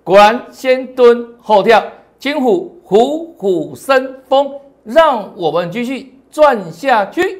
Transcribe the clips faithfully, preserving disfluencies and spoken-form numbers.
果然先蹲后跳，金虎虎虎生风，让我们继续赚下去。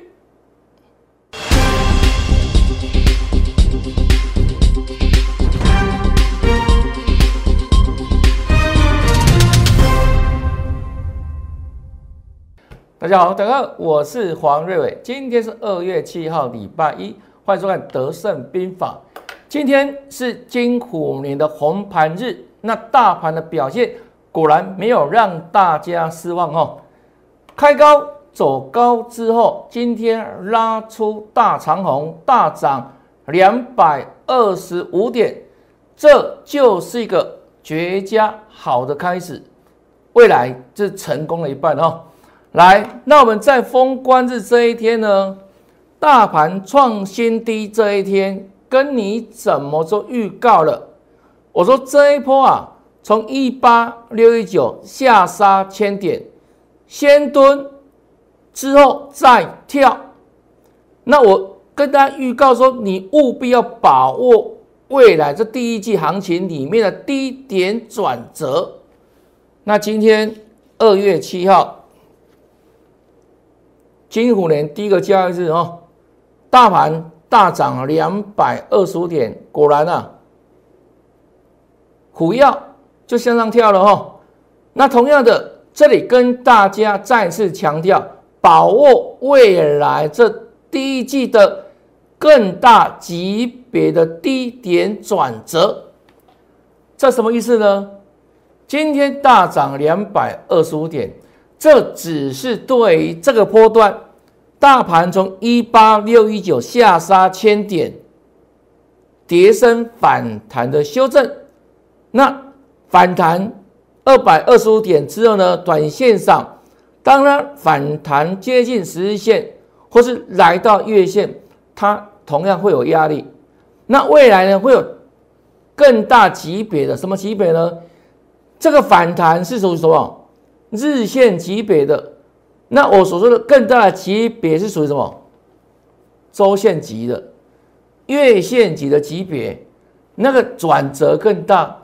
大家好，大家好，我是黄瑞伟，今天是二月七号，礼拜一，欢迎收看《德胜兵法》。今天是金虎年的红盘日，那大盘的表现果然没有让大家失望哦。开高走高之后，今天拉出大长红，大涨两百二十五点，这就是一个绝佳好的开始，未来是成功了一半哦。来，那我们在封关日这一天呢，大盘创新低这一天，跟你怎么做预告了？我说这一波啊，从一八六一九下杀千点，先蹲之后再跳。那我跟大家预告说，你务必要把握未来这第一季行情里面的低点转折。那今天二月七号。金虎年第一个交易日哦，大盘大涨两百二十五点，果然啊，虎跃就向上跳了哦。那同样的，这里跟大家再次强调，把握未来这第一季的更大级别的低点转折，这什么意思呢？今天大涨两百二十五点。这只是对于这个波段，大盘从一八六一九下杀千点，跌升反弹的修正。那反弹二百二十五点之后呢，短线上当然反弹接近十日线，或是来到月线，它同样会有压力。那未来呢，会有更大级别的什么级别呢？这个反弹是属于什么？日线级别的，那我所说的更大的级别是属于什么？周线级的、月线级的级别，那个转折更大，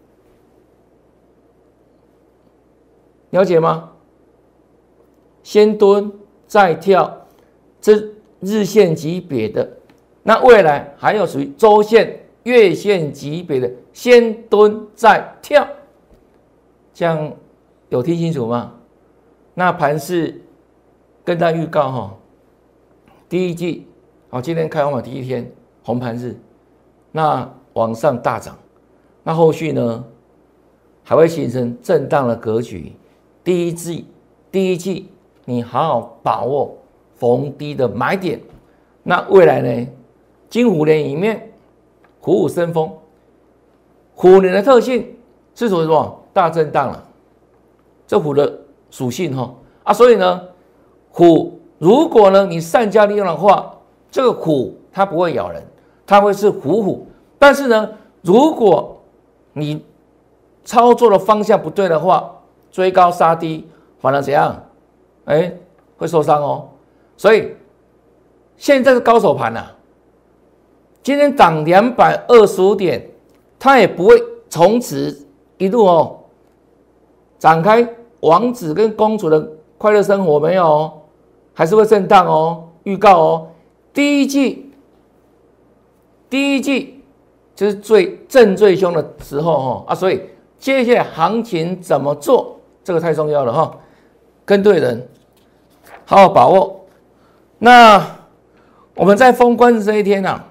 了解吗？先蹲再跳，这日线级别的，那未来还有属于周线、月线级别的，先蹲再跳，这样。有听清楚吗？那盘是跟大家预告哈，第一季好，今天开红盘第一天红盘日，那往上大涨，那后续呢还会形成震荡的格局。第一季第一季你好好把握逢低的买点，那未来呢，金虎年里面虎虎生风，虎年的特性是属于什么？大震荡了。这虎的属性哈啊，所以呢，虎如果呢你善加利用的话，这个虎它不会咬人，它会是虎虎。但是呢，如果你操作的方向不对的话，追高杀低，反而怎样？哎，会受伤哦。所以现在是高手盘啊，今天涨两百二十五点，它也不会从此一路哦展开。王子跟公主的快乐生活没有哦，还是会震荡哦。预告哦，第一季，第一季就是最震最凶的时候哦啊，所以接下来行情怎么做，这个太重要了哈、哦，跟对人，好好把握。那我们在封关这一天啊，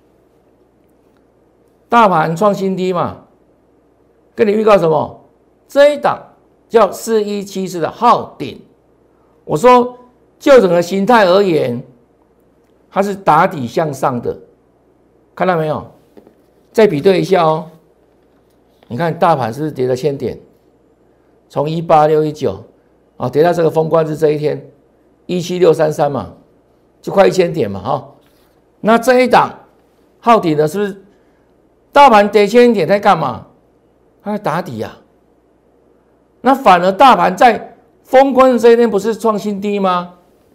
大盘创新低嘛，跟你预告什么？这一档。叫四一七四的昊鼎，我说就整个形态而言，它是打底向上的，看到没有？再比对一下哦。你看大盘是不是跌了千点？从一八六一九啊跌到这个封关日这一天，一七六三三嘛，就快一千点嘛哈、哦。那这一档昊鼎呢，是不是大盘跌千点在干嘛？它在打底啊。那反而大盘在封关的这一天不是创新低吗？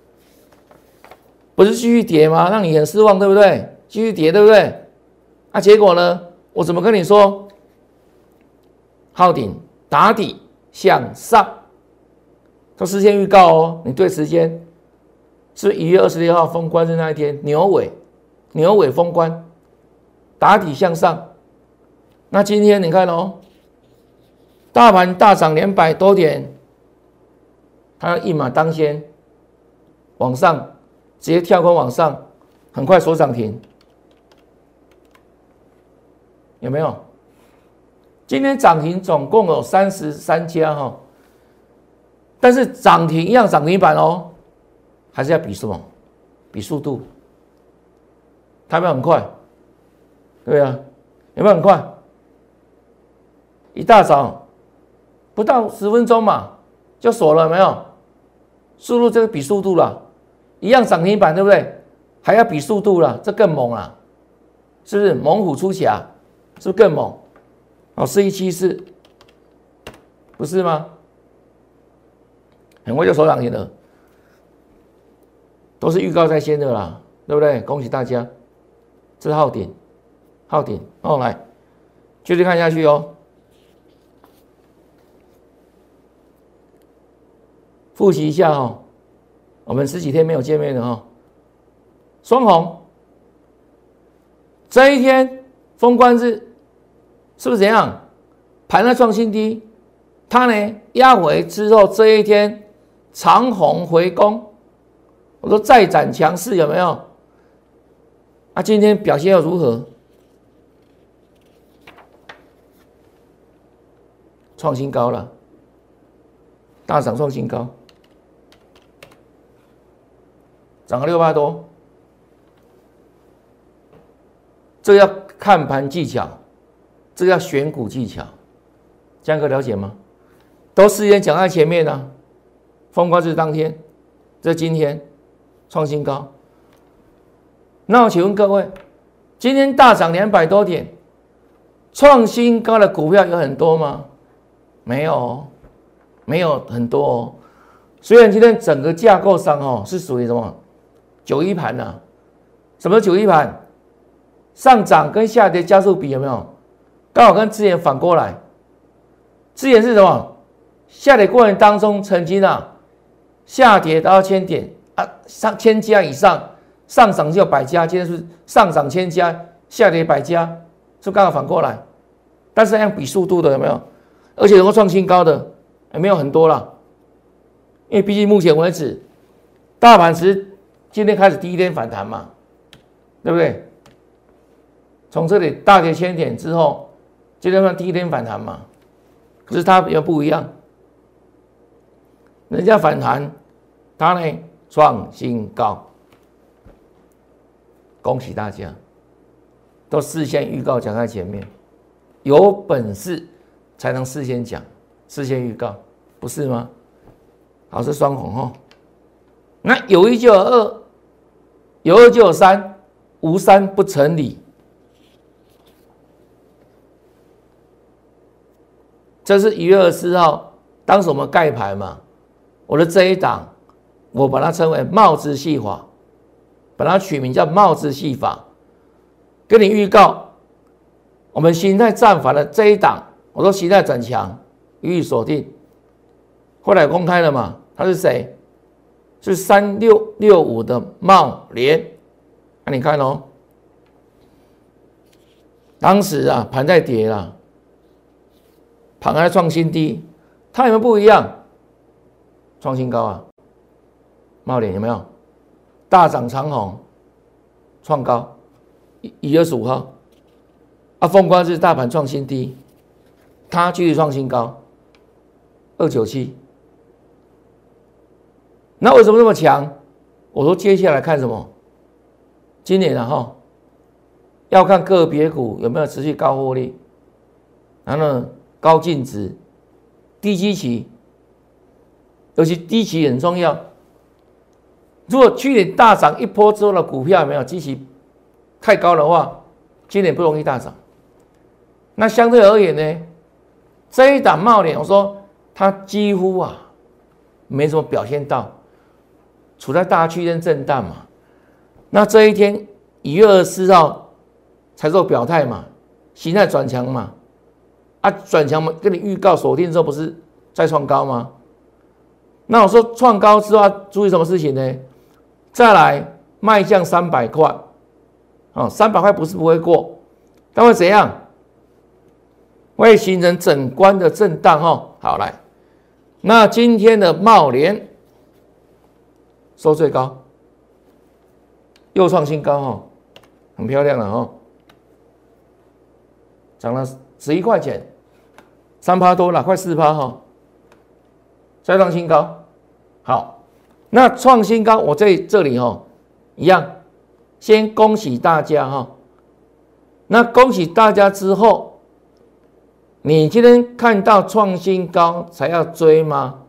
不是继续跌吗？让你很失望，对不对？继续跌，对不对？啊，结果呢？我怎么跟你说？ 昊鼎打底向上，都事先预告哦。你对时间是一月二十六号封关日那一天，牛尾牛尾封关，打底向上。那今天你看哦，大盘大涨两百多点，它一马当先往上，直接跳空往上，很快锁涨停，有没有？今天涨停总共有三十三家哈，但是涨停一样涨停板哦，还是要比什么？比速度，它有没有很快？对啊，有没有很快？一大早不到十分钟嘛，就锁了，有没有？速度这个比速度了，一样涨停板，对不对？还要比速度了，这更猛了，是不是？猛虎出匣，是不是更猛？哦，四一七四，不是吗？很快就收涨停了，都是预告在先的啦，对不对？恭喜大家，这是昊鼎，昊鼎哦，来继续看下去哦。复习一下哦，我们十几天没有见面了哦。双红这一天封关日。是不是怎样？盘在创新低，它呢压回之后，这一天长红回攻，我说再展强势有没有？啊，今天表现又如何？创新高了，大涨创新高，涨了六百多，这要看盘技巧。这个叫选股技巧，这样可了解吗？都事先讲在前面啊。封关日当天，这今天创新高。那我请问各位，今天大涨两百多点，创新高的股票有很多吗？没有，没有很多哦。虽然今天整个架构上哦是属于什么九一盘呐？什么九一盘？上涨跟下跌加速比有没有？刚好跟之前反过来，之前是什么？下跌过程当中曾经啊下跌到千点啊，上千家以上，上涨就有百家，今天是上涨千家，下跌百家，是刚好反过来。但是按比速度的有没有？而且能够创新高的也没有很多了，因为毕竟目前为止，大盘是今天开始第一天反弹嘛，对不对？从这里大跌千点之后。今天算第一天反弹嘛，可是它比较不一样，人家反弹，它呢创新高，恭喜大家，都事先预告讲在前面，有本事才能事先讲，事先预告，不是吗？好，是双红哦，那有一就有二，有二就有三，无三不成理。这是一月二十四号，当时我们盖牌嘛，我的这一档，我把它称为帽子戏法，把它取名叫帽子戏法，跟你预告，我们形态战法的这一档，我说形态转强，予以锁定。后来公开了嘛，他是谁？是三六六五的茂联。那、啊、你看哦，当时啊盘在跌啦。盘还创新低，它有没有不一样？创新高啊！茂联有没有大涨长红，创高？一月二十五号啊，封关日大盘创新低，它继续创新高，二九七。那为什么这么强？我说接下来看什么？今年啊哈，要看个别股有没有持续高获利，然后呢？高净值、低基期，尤其低期很重要。如果去年大涨一波之后的股票有没有基期太高的话，今年不容易大涨。那相对而言呢，这一档茂联，我说它几乎啊没什么表现到，处在大区间震荡嘛。那这一天一月二十四号才做表态嘛，形态转强嘛。 啊，转强嘛，跟你预告锁定之后不是再创高吗？那我说创高之后要注意什么事情呢？再来迈向三百块，哦，三百块不是不会过，但会怎样？会形成整关的震荡哦。好，来，那今天的茂联收最高，又创新高哦，很漂亮了哦，涨了十一块钱，三趴多了，快四趴哈，再创新高。好，那创新高，我在这里哦，一样，先恭喜大家哈。那恭喜大家之后，你今天看到创新高才要追吗？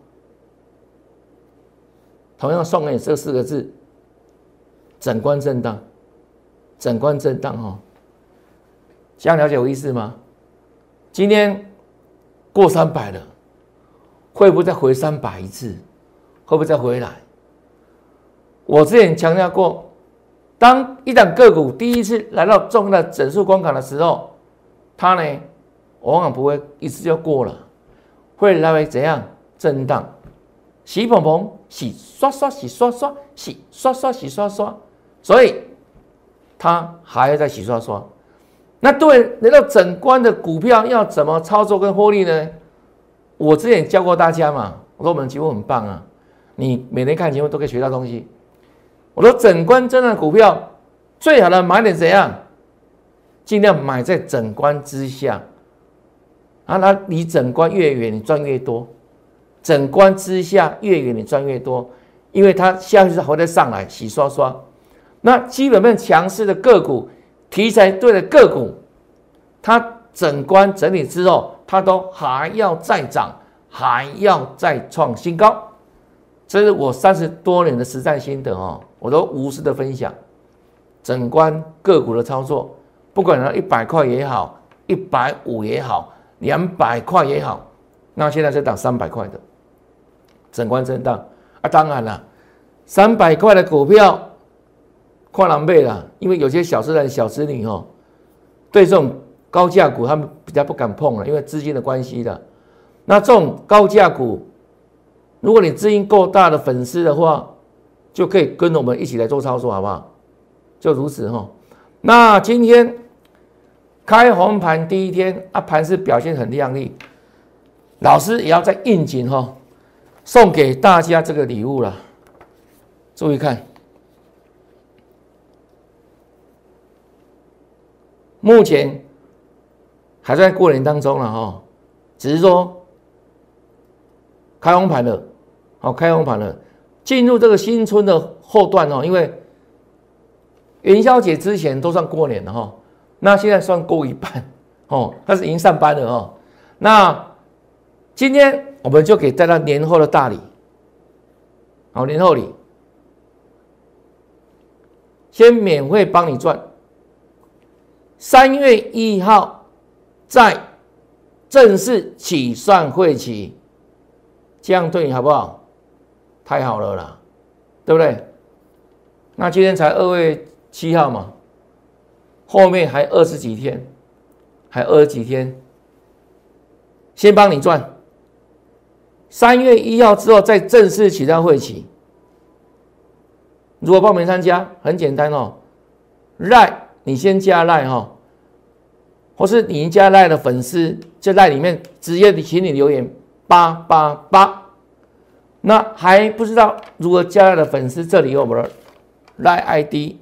同样送给你这四个字：整关震荡，整关震荡哈。这样了解我意思吗？今天过三百了，会不会再回三百一次？会不会再回来？我之前强调过，当一档个股第一次来到重要的整数关卡的时候，它呢往往不会一次就过了，会来回怎样震荡，洗捧捧，洗刷刷，洗刷刷，洗刷刷，洗刷刷，所以它还要再洗刷刷。那对来到整关的股票要怎么操作跟获利呢？我之前教过大家嘛，我说我们节目很棒啊，你每天看节目都可以学到东西。我说整关震荡的股票最好的买点怎样？尽量买在整关之下，啊，它离整关越远，你赚越多。整关之下越远，你赚越多，因为它下去之后再上来洗刷刷。那基本面强势的个股，题材对的个股，它整关整理之后，它都还要再涨，还要再创新高。这是我三十多年的实战心得哦，我都无私的分享。整关个股的操作，不管它一百块也好，一百五也好，两百块也好，那现在是涨三百块的整关震荡啊。当然了，三百块的股票看人买啦，因为有些小资人、小资女哦，对这种高价股他们比较不敢碰了，因为资金的关系的。那这种高价股，如果你资金够大的粉丝的话，就可以跟我们一起来做操作，好不好？就如此哈。那今天开红盘第一天啊，盘势表现很亮丽，老师也要再应景哈，送给大家这个礼物了。注意看，目前还在过年当中了哈，只是说开红盘了，好，开红盘了，进入这个新春的后段哦，因为元宵节之前都算过年了哈，那现在算过一半哦，开始已经上班了哦。那今天我们就给大家年后的大礼，好，年后礼，先免费帮你赚，三月一号再正式起算会期，这样对你好不好？太好了啦，对不对？那今天才二月七号嘛，后面还二十几天，还二十几天，先帮你赚。三月一号之后再正式起算会期。如果报名参加，很简单哦 ，LINE 你先加 LINE 哈，或是你加 LINE 的粉丝，在 LINE 里面直接请你留言八八八。那还不知道如何加 LINE 的粉丝，这里有我们的 LINE I D。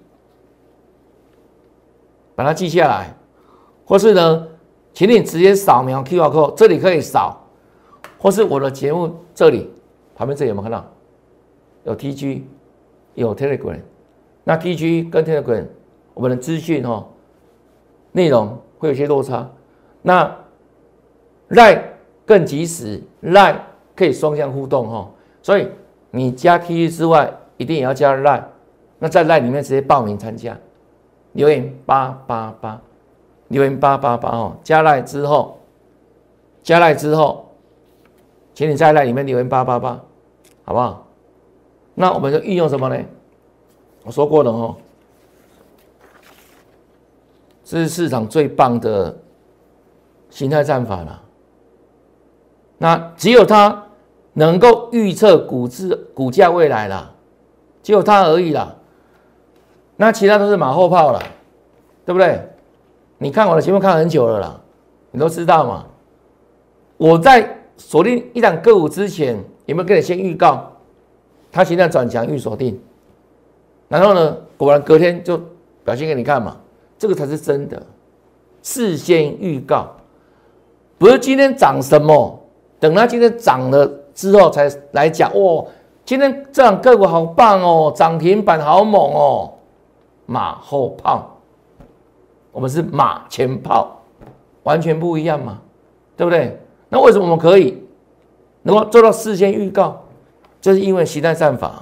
把它记下来，或是呢，请你直接扫描 Q R code， 这里可以扫，或是我的节目这里旁边这里有没有看到？有 T G， 有 Telegram， 那 T G 跟 Telegram 我们的资讯哦，内容会有些落差。那 LINE 更及时 ，LINE 可以双向互动哦，所以你加 T G 之外，一定也要加 LINE。那在 LINE 里面直接报名参加。留言八八八，留言八八八哦，加赖之后，加赖之后，请你在赖里面留言八八八，好不好？那我们就运用什么呢？我说过了哦，这是市场最棒的形态战法啦。那只有它能够预测股市股价未来啦，只有它而已啦。那其他都是马后炮啦，对不对？你看我的节目看很久了啦，你都知道嘛。我在锁定一档个股之前，有没有跟你先预告？它现在转强预锁定，然后呢，果然隔天就表现给你看嘛，这个才是真的，事先预告，不是今天涨什么，等它今天涨了之后才来讲。哇，今天这档个股好棒哦，涨停板好猛哦，马后炮。我们是马前炮，完全不一样嘛，对不对？那为什么我们可以能够做到事先预告？就是因为形态战法，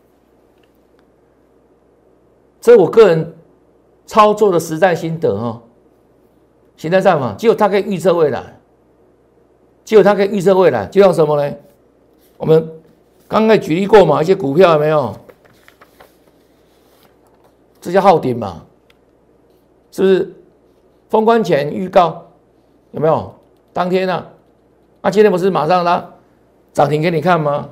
这是我个人操作的实战心得哈。形态战法只有它可以预测未来，只有它可以预测未来，就像什么呢？我们刚才举例过嘛，一些股票有没有？这叫浩鼎嘛。是不是封关前预告有没有？当天啊，啊，今天不是马上拉涨停给你看吗？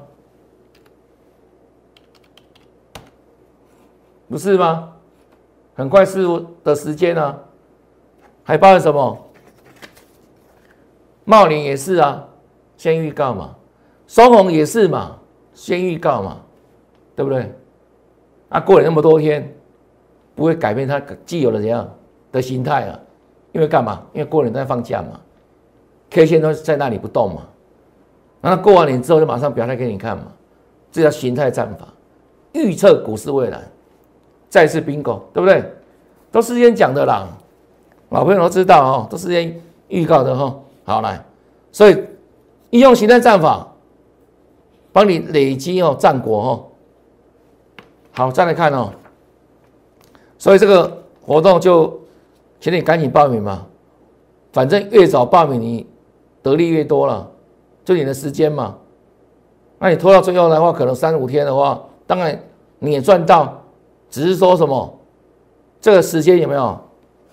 不是吗？很快是的时间啊，还包含什么？茂林也是啊，先预告嘛，松宏也是嘛，先预告嘛，对不对？啊，过了那么多天，不会改变它既有的怎样？的形态啊，因为干嘛？因为过年在放假嘛 ，K 线都在那里不动嘛，然后过完年之后就马上表态给你看嘛，这叫形态战法，预测股市未来，再次 bingo， 对不对？都事先讲的啦，老朋友都知道哦，都事先预告的哈、哦。好来，所以应用形态战法，帮你累积哦战果哦。好，再来看哦，所以这个活动就。请你赶紧报名嘛，反正越早报名你得利越多了，就你的时间嘛。那你拖到最后的话，可能三五天的话，当然你也赚到，只是说什么这个时间有没有，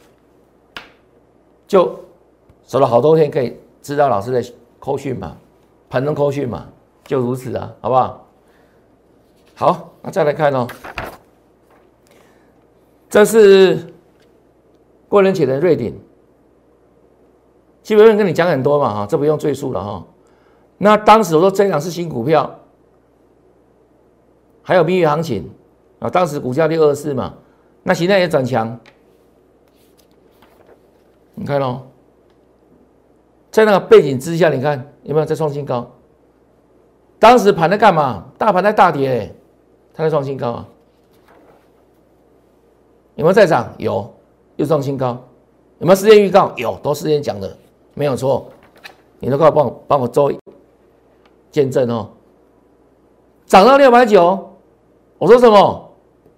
就守了好多天，可以知道老师的扣讯嘛，盘中扣讯嘛，就如此啊，好不好？好，那再来看哦，这是。过年前的瑞鼎，基本面跟你讲很多嘛，哈，这不用赘述了哈。那当时我说这一档是新股票，还有蜜月行情啊，当时股价六二四嘛，那现在也转强，你看哦，在那个背景之下，你看有没有在创新高？当时盘在干嘛？大盘在大跌、欸，它在创新高啊，有没有在涨？有。又创新高，有没有事先预告？有，都事先讲的，没有错。你都快帮我帮我做见证哦。涨到六百九，我说什么？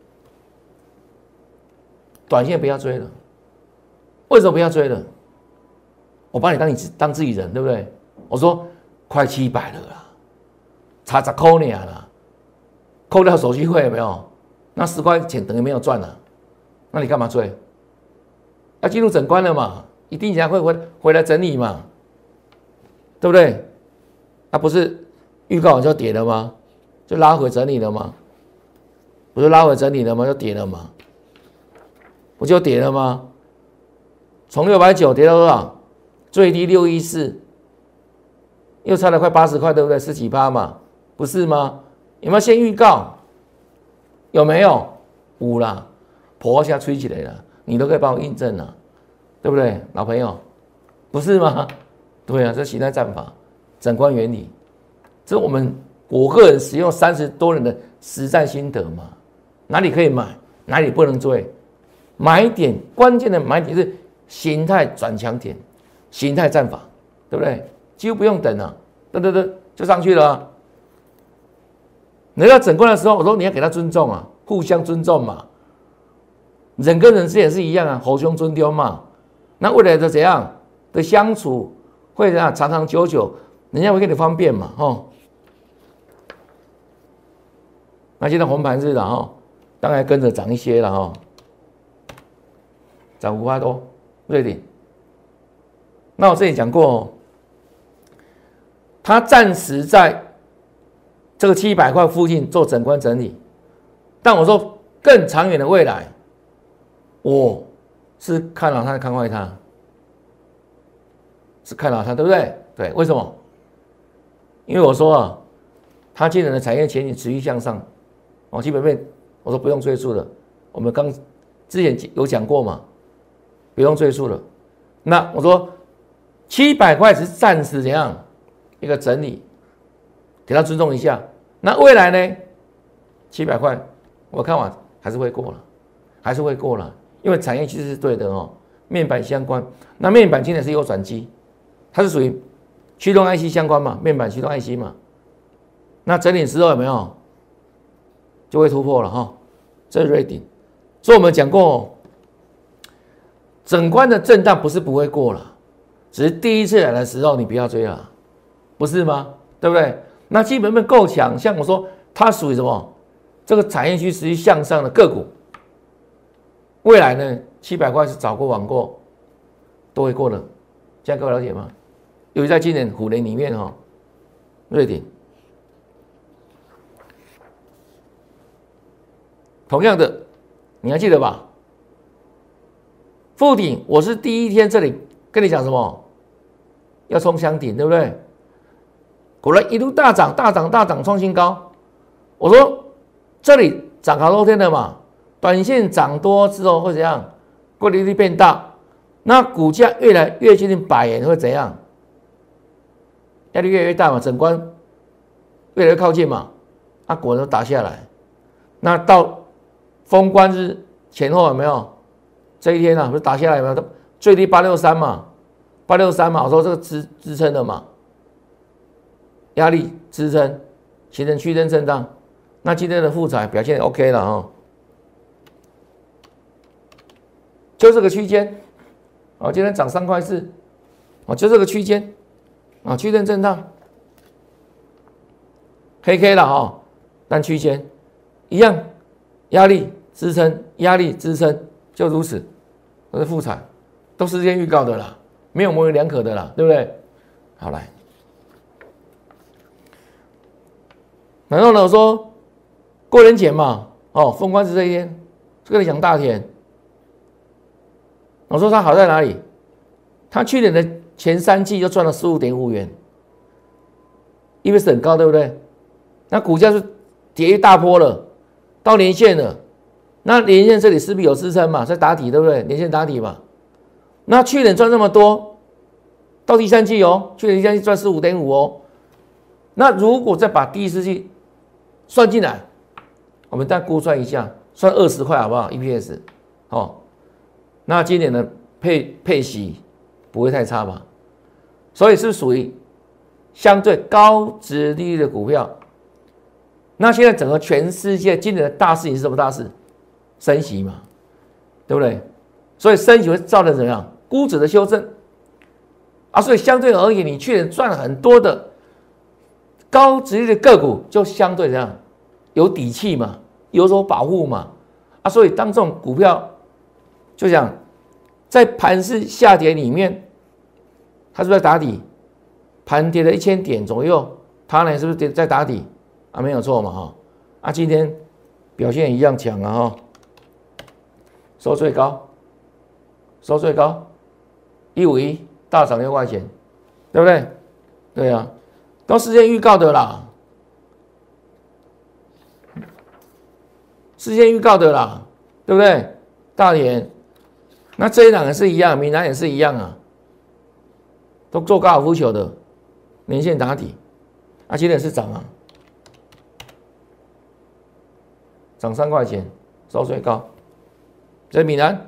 短线不要追了。为什么不要追了？我把你当你当自己人，对不对？我说快七百了啦，差十块呢啦，扣掉手续费有没有？那十块钱等于没有赚了，那你干嘛追？要进入整关了嘛，一定才会回回来整理嘛，对不对？那、啊、不是预告完就跌了吗？就拉回整理了吗？不是拉回整理了吗？就跌了吗？不就跌了吗？从六百九跌到多少？最低六一四，又差了快八十块，对不对？十几趴嘛，不是吗？有没有先预告？有没有？有啦，婆一下吹起来了。你都可以帮我印证了，对不对，老朋友？不是吗？对啊，这形态战法、整关原理，这是我们我个人使用三十多年的实战心得嘛。哪里可以买，哪里不能追？买点关键的买点是形态转强点，形态战法，对不对？几乎不用等了，对对对，就上去了、啊。你要整关的时候，我说你要给他尊重啊，互相尊重嘛。人跟人之间也是一样啊，吼兄尊丢嘛。那未来的怎样的相处，会怎样长长久久，人家会给你方便嘛，吼。那现在红盘日了哈，当然跟着涨一些了哈，涨五块多，瑞鼎。 那我这里讲过哦，它暂时在这个七百块附近做整关整理，但我说更长远的未来，我是看好它，看坏它，是看好它，对不对？对，为什么？因为我说啊，它今年的产业前景持续向上，哦，基本面我说不用赘述了，我们刚之前有讲过嘛，不用赘述了。那我说七百块是暂时怎样一个整理，给它尊重一下。那未来呢？七百块，我看完还是会过了，还是会过了，因为产业趋势是对的哦，面板相关。那面板今年是有转机，它是属于驱动 I C 相关嘛，面板驱动 I C 嘛。那整理之后有没有就会突破了哈、哦？这是瑞鼎。所以我们讲过，整关的震荡不是不会过了，只是第一次来的时候你不要追了，不是吗？对不对？那基本面够强，像我说，它属于什么？这个产业趋势向上的个股，未来呢，七百块是早过晚过都会过的，这样各位了解吗？尤其在今年虎年里面哈、哦，瑞鼎，同样的，你还记得吧？富鼎，我是第一天这里跟你讲什么？要冲箱顶，对不对？果然一路大涨，大涨，大涨，创新高。我说这里涨好多天了嘛，短线涨多之后会怎样？获利率变大，那股价越来越接近百元会怎样？压力越来越大嘛，整关越来越靠近嘛，啊，果然打下来。那到封关日前后有没有？这一天啊，不是打下来有没有？最低八六三嘛，八六三嘛，我说这个支支撑的嘛。压力支撑形成区间震荡，那今天的富彩表现 OK 了哦，就这个区间，哦，今天涨三块四，哦，就这个区间，啊，区间震荡，黑 K 了哈，但区间一样，压力支撑，压力支撑，就如此，这是富彩，都事先预告的啦，没有模棱两可的啦，对不对？好来。然后呢，我说过年前嘛，哦，封关是这一天，就跟你讲大田。我说它好在哪里？它去年的前三季就赚了十五点五元，因为是很高，对不对？那股价是跌一大波了，到年线了。那年线这里势必有支撑嘛，在打底，对不对？年线打底嘛。那去年赚这么多，到第三季哦，去年第三季赚十五点五哦。那如果再把第四季算进来，我们再估算一下，算二十块好不好 ？E P S， 哦，那今年的配配息不会太差吧？所以是属于相对高殖利率的股票。那现在整个全世界今年的大事情是什么大事？升息嘛，对不对？所以升息会造成怎么样？估值的修正啊，所以相对而言，你去年赚了很多的高殖利率的个股，就相对怎样？有底气嘛，有所保护嘛，啊，所以当这种股票，就讲在盘势下跌里面，它是不是在打底？盘跌了一千点左右，它呢是不是在打底？啊，没有错嘛，哈，啊，今天表现一样强啊，哈，收最高，收最高，一五一大涨六块钱，对不对？对啊，都事先预告的啦。事先预告的啦，对不对？大连，那这一档也是一样，闽南也是一样啊，都做高尔夫球的，年线打底，啊，今天也是涨啊，涨三块钱，收最高，这是闽南。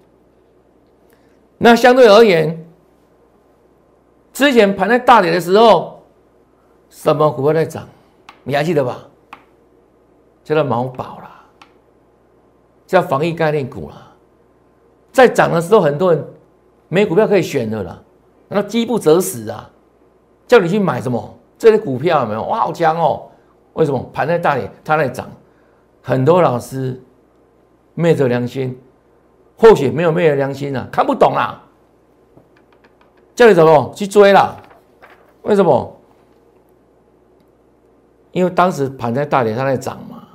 那相对而言，之前盘在大跌的时候，什么股票在涨？你还记得吧？叫做毛宝啦。叫防疫概念股啦，在涨的时候，很多人没股票可以选的啦，那饥不择食啊，叫你去买什么这些股票有没有？哇，好强哦！为什么盘在大跌，它在涨？很多老师昧着良心，或许没有昧着良心啊，看不懂啦。 叫你怎么去追啦？为什么？因为当时盘在大跌，它在涨嘛。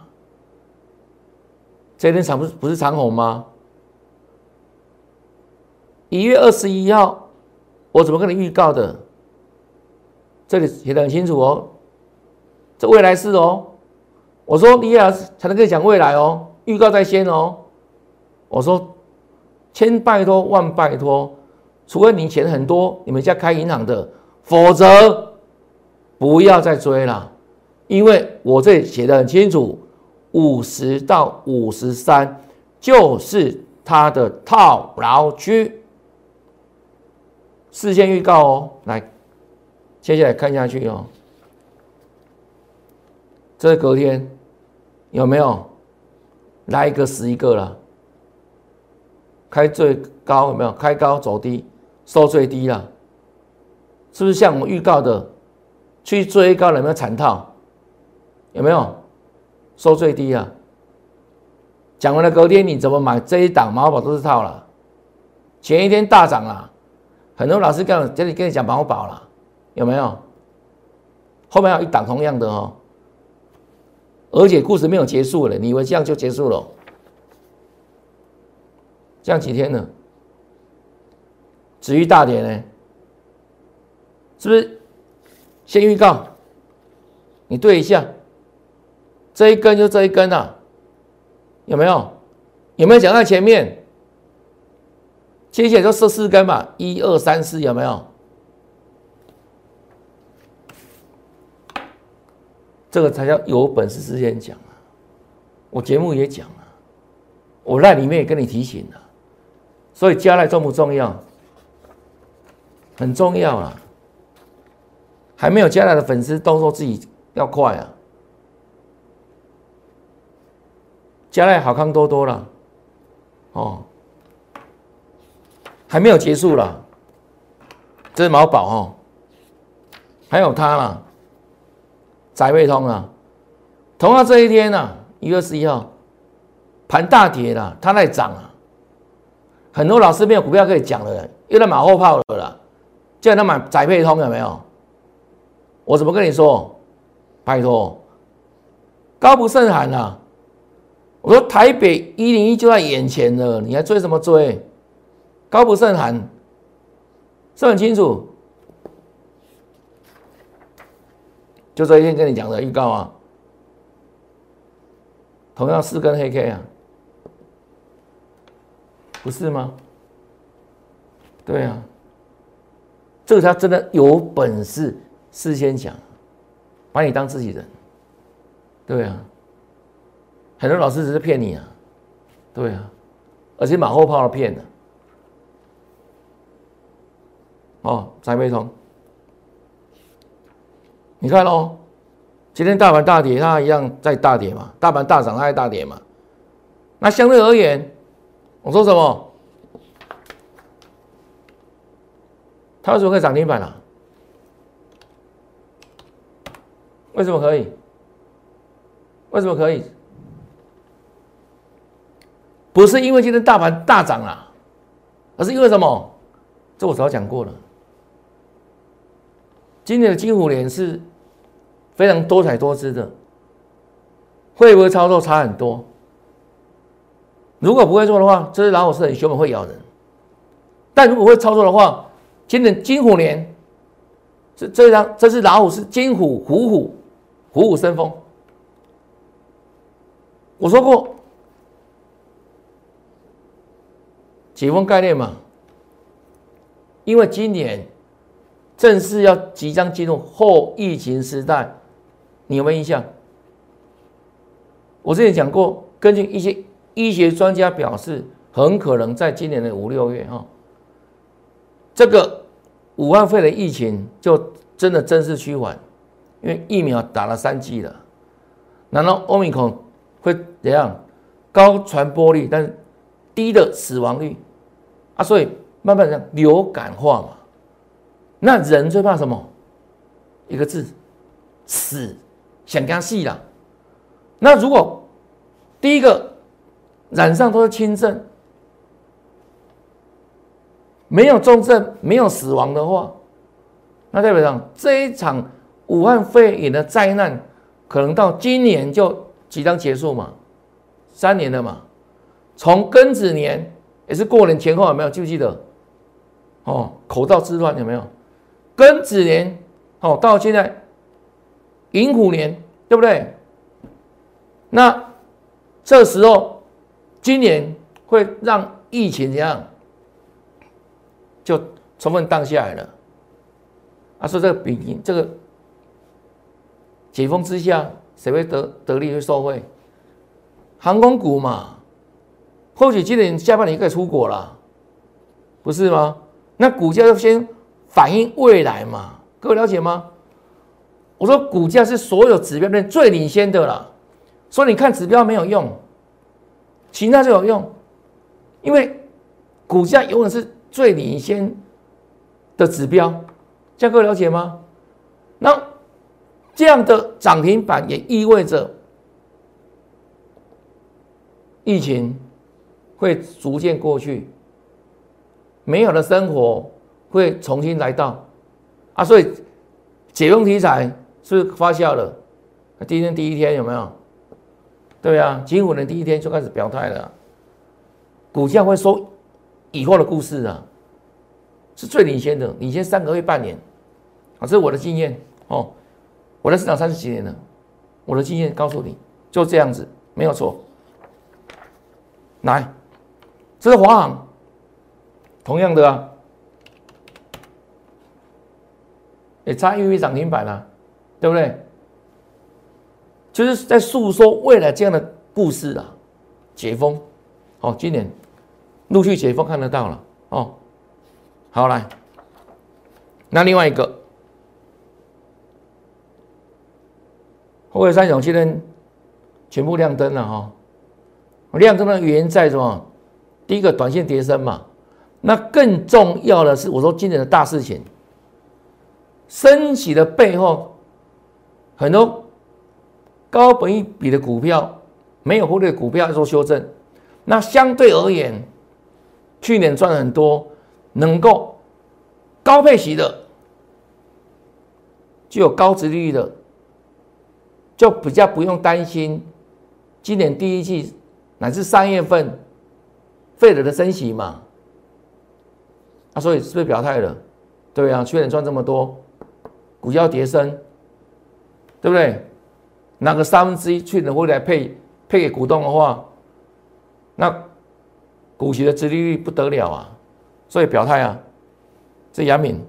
这天长不是不是长红吗？一月二十一号，我怎么跟你预告的？这里写得很清楚哦，这未来式哦。我说李老师才能跟你讲未来哦，预告在先哦。我说千拜托万拜托，除非你钱很多，你们家开银行的，否则不要再追了，因为我这里写得很清楚，五十到五十三就是它的套牢区，事先预告哦。来，接下来看下去哦，这隔天有没有来一个死一个了？开最高有没有？开高走低，收最低了，是不是像我们预告的，去追高有没有惨套？有没有？收最低啊！讲完了隔天你怎么买这一档毛宝都是套了，前一天大涨了，很多老师跟这里跟你讲毛宝了，有没有？后面还有一档同样的哦，而且故事没有结束了，你以为这样就结束了？这样几天了，止于大跌呢，是不是？先预告，你对一下，这一根就这一根啊，有没有？有没有讲在前面？接下来就设四根嘛，一二三四，有没有？这个才叫有本事事先讲啊！我节目也讲了，我在里面也跟你提醒了。所以加赖重不重要？很重要啊！还没有加赖的粉丝都说自己要快啊！加赖好康多多了，哦，还没有结束了，这是毛宝哦，还有它啦，宅配通啊，同样这一天啊，一月二十一号盘大跌了，它在涨啊。很多老师没有股票可以讲了，又在马后炮了啦，叫他买宅配通有没有？我怎么跟你说？拜托，高不胜寒啊！我说台北一零一就在眼前了，你还追什么追？高不胜寒，是很清楚。就这一天跟你讲的预告啊，同样四根黑 K 啊。不是吗？对啊，这个他真的有本事事先讲，把你当自己人。对啊，很多老师只是骗你啊，对啊，而且马后炮的骗的。哦，宅配通，你看哦，今天大盘大跌，它一样在大跌嘛，大盘大涨，它在大跌嘛。那相对而言，我说什么？它为什么可以涨停板啊？为什么可以？为什么可以？不是因为今天大盘大涨啦，而是因为什么？这我早讲过了。今年的金虎年是非常多彩多姿的，会不会操作差很多？如果不会做的话，这只老虎是很凶猛，会咬人。但如果会操作的话，今年金虎年，这这张这只老虎是金虎虎虎虎虎生风。我说过，解封概念嘛，因为今年正式要即将进入后疫情时代，你有没有印象？我之前讲过，根据一些医学专家表示，很可能在今年的五六月哈，这个武汉肺炎疫情就真的正式趋缓，因为疫苗打了三剂了。然后 Omicron 会怎样？高传播率，但是低的死亡率啊，所以慢慢的流感化嘛。那人最怕什么？一个字，死，想跟他死啦。那如果第一个染上都是轻症， 没有重症、没有死亡的话，那代表上这一场武汉肺炎的灾难，可能到今年就即将结束嘛，三年了嘛。从庚子年也是过年前后，有没有记不记得？哦，口罩之乱有没有？庚子年哦，到现在寅虎年，对不对？那这时候今年会让疫情怎样？就充分荡下来了。啊，说这个比这个解封之下，谁会得得利会受惠？航空股嘛，或许今年下半年可以出国了，不是吗？那股价就先反映未来嘛，各位了解吗？我说股价是所有指标里面最领先的啦，所以你看指标没有用，其他就有用，因为股价永远是最领先的指标，这样各位了解吗？那这样的涨停板也意味着疫情会逐渐过去，美好的生活会重新来到啊，所以解封题材是不是发酵了？今天第一天有没有？对啊，金虎的第一天就开始表态了，股价会说以后的故事啊，是最领先的，领先三个月半年啊，这是我的经验哦。我在市场三十几年了，我的经验告诉你，就这样子，没有错。来，这是华航，同样的啊，也差一亿涨停板啦，对不对？就是在诉说未来这样的故事啊，解封，哦，今年陆续解封看得到了哦。好，来，那另外一个。后尾三雄今天全部亮灯了哈、哦，亮灯的原因在什么？第一个短线跌升嘛，那更重要的是，我说今年的大事情，升息的背后，很多高本益比的股票没有获利的股票要做修正，那相对而言，去年赚很多，能够高配息的，具有高殖利率的。就比较不用担心今年第一季乃至三月份费德的升息嘛，啊，所以是不是表态了？对啊，去年赚这么多，股价跌升，对不对？拿个三分之一去年回来配配给股东的话，那股息的殖利率不得了啊，所以表态啊。这阳明，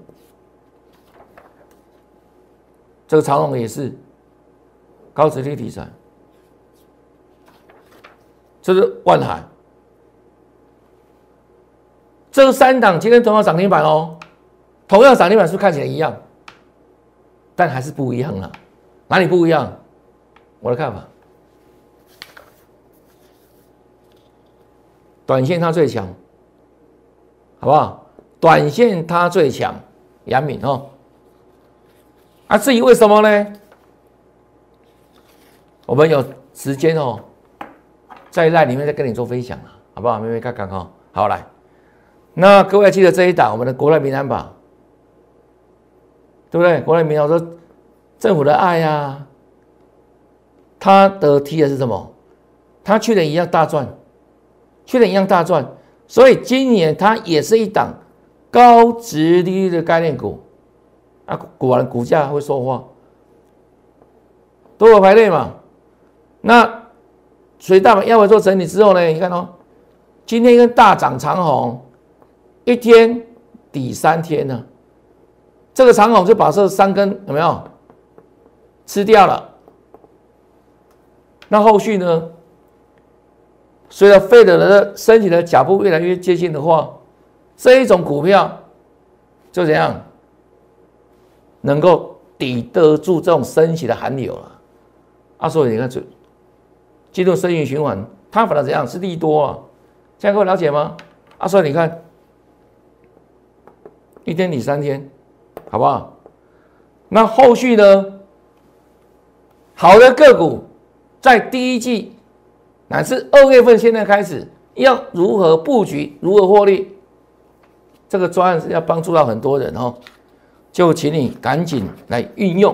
这个长荣也是。高殖利率题材，这是万海，这三档今天同样涨停板哦，同样涨停板是不是看起来一样？但还是不一样了，哪里不一样？我的看法，短线它最强，好不好？短线它最强，阳明哦。啊，至于为什么呢？我们有时间哦，在赖里面再跟你做分享了，好不好？妹妹看看哈，好来，那各位记得这一档我们的国泰民安吧，对不对？国泰民安，我说政府的爱呀、啊，他的 T 的是什么？他去年一样大赚，去年一样大赚，所以今年它也是一档高殖利率的概念股啊，果然股价会说话，多头排列嘛。那所以大盘要回做整理之后呢？你看哦，今天一根大涨长红，一天抵三天呢、啊。这个长红就把这三根有没有吃掉了？那后续呢？随着费德的升息的脚步越来越接近的话，这一种股票就怎样能够抵得住这种升息的寒流了？啊，所以你看这。进入升息循环，它反而怎样是利多啊？这样各位了解吗？啊，所以你看，一天抵三天，好不好？那后续呢？好的个股在第一季乃至二月份现在开始，要如何布局，如何获利？ 这个专案是要帮助到很多人哦，就请你赶紧来运用。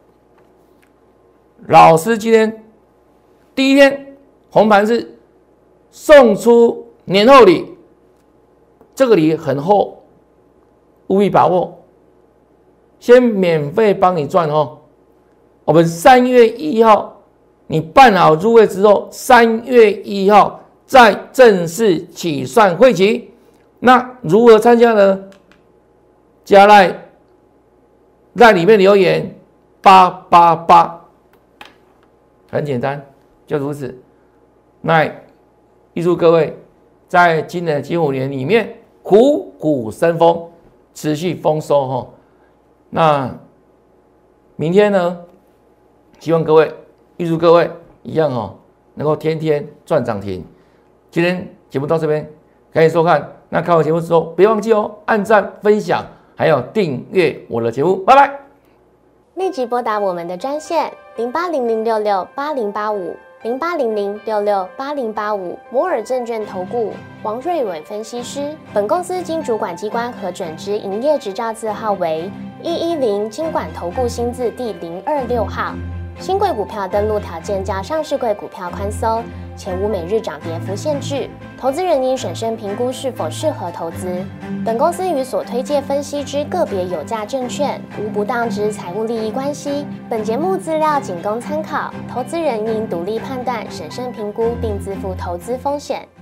老师今天第一天红盘是送出年后礼，这个礼很厚，务必把握。先免费帮你赚哦。我们三月一号你办好入会之后，三月一号再正式起算会期。那如何参加呢？加赖在里面留言八八八，很简单，就如此。那预祝各位在今年的金虎年里面虎虎生风，持续丰收哈。那明天呢？希望各位预祝各位一样哦，能够天天赚涨停。今天节目到这边，感谢收看。那看完节目之后，别忘记哦，按赞、分享，还有订阅我的节目。拜拜。 立即拨打我们的专线零八零零六六八零八五零八零零六六八零八五摩尔证券投顾王瑞伟分析师。本公司经主管机关核准之营业执照字号为一一零金管投顾新字第零二六号。新贵股票登录条件较上市贵股票宽松，且无每日涨跌幅限制。投资人应审慎评估是否适合投资。本公司与所推介分析之个别有价证券无不当之财务利益关系。本节目资料仅供参考，投资人应独立判断、审慎评估，并自负投资风险。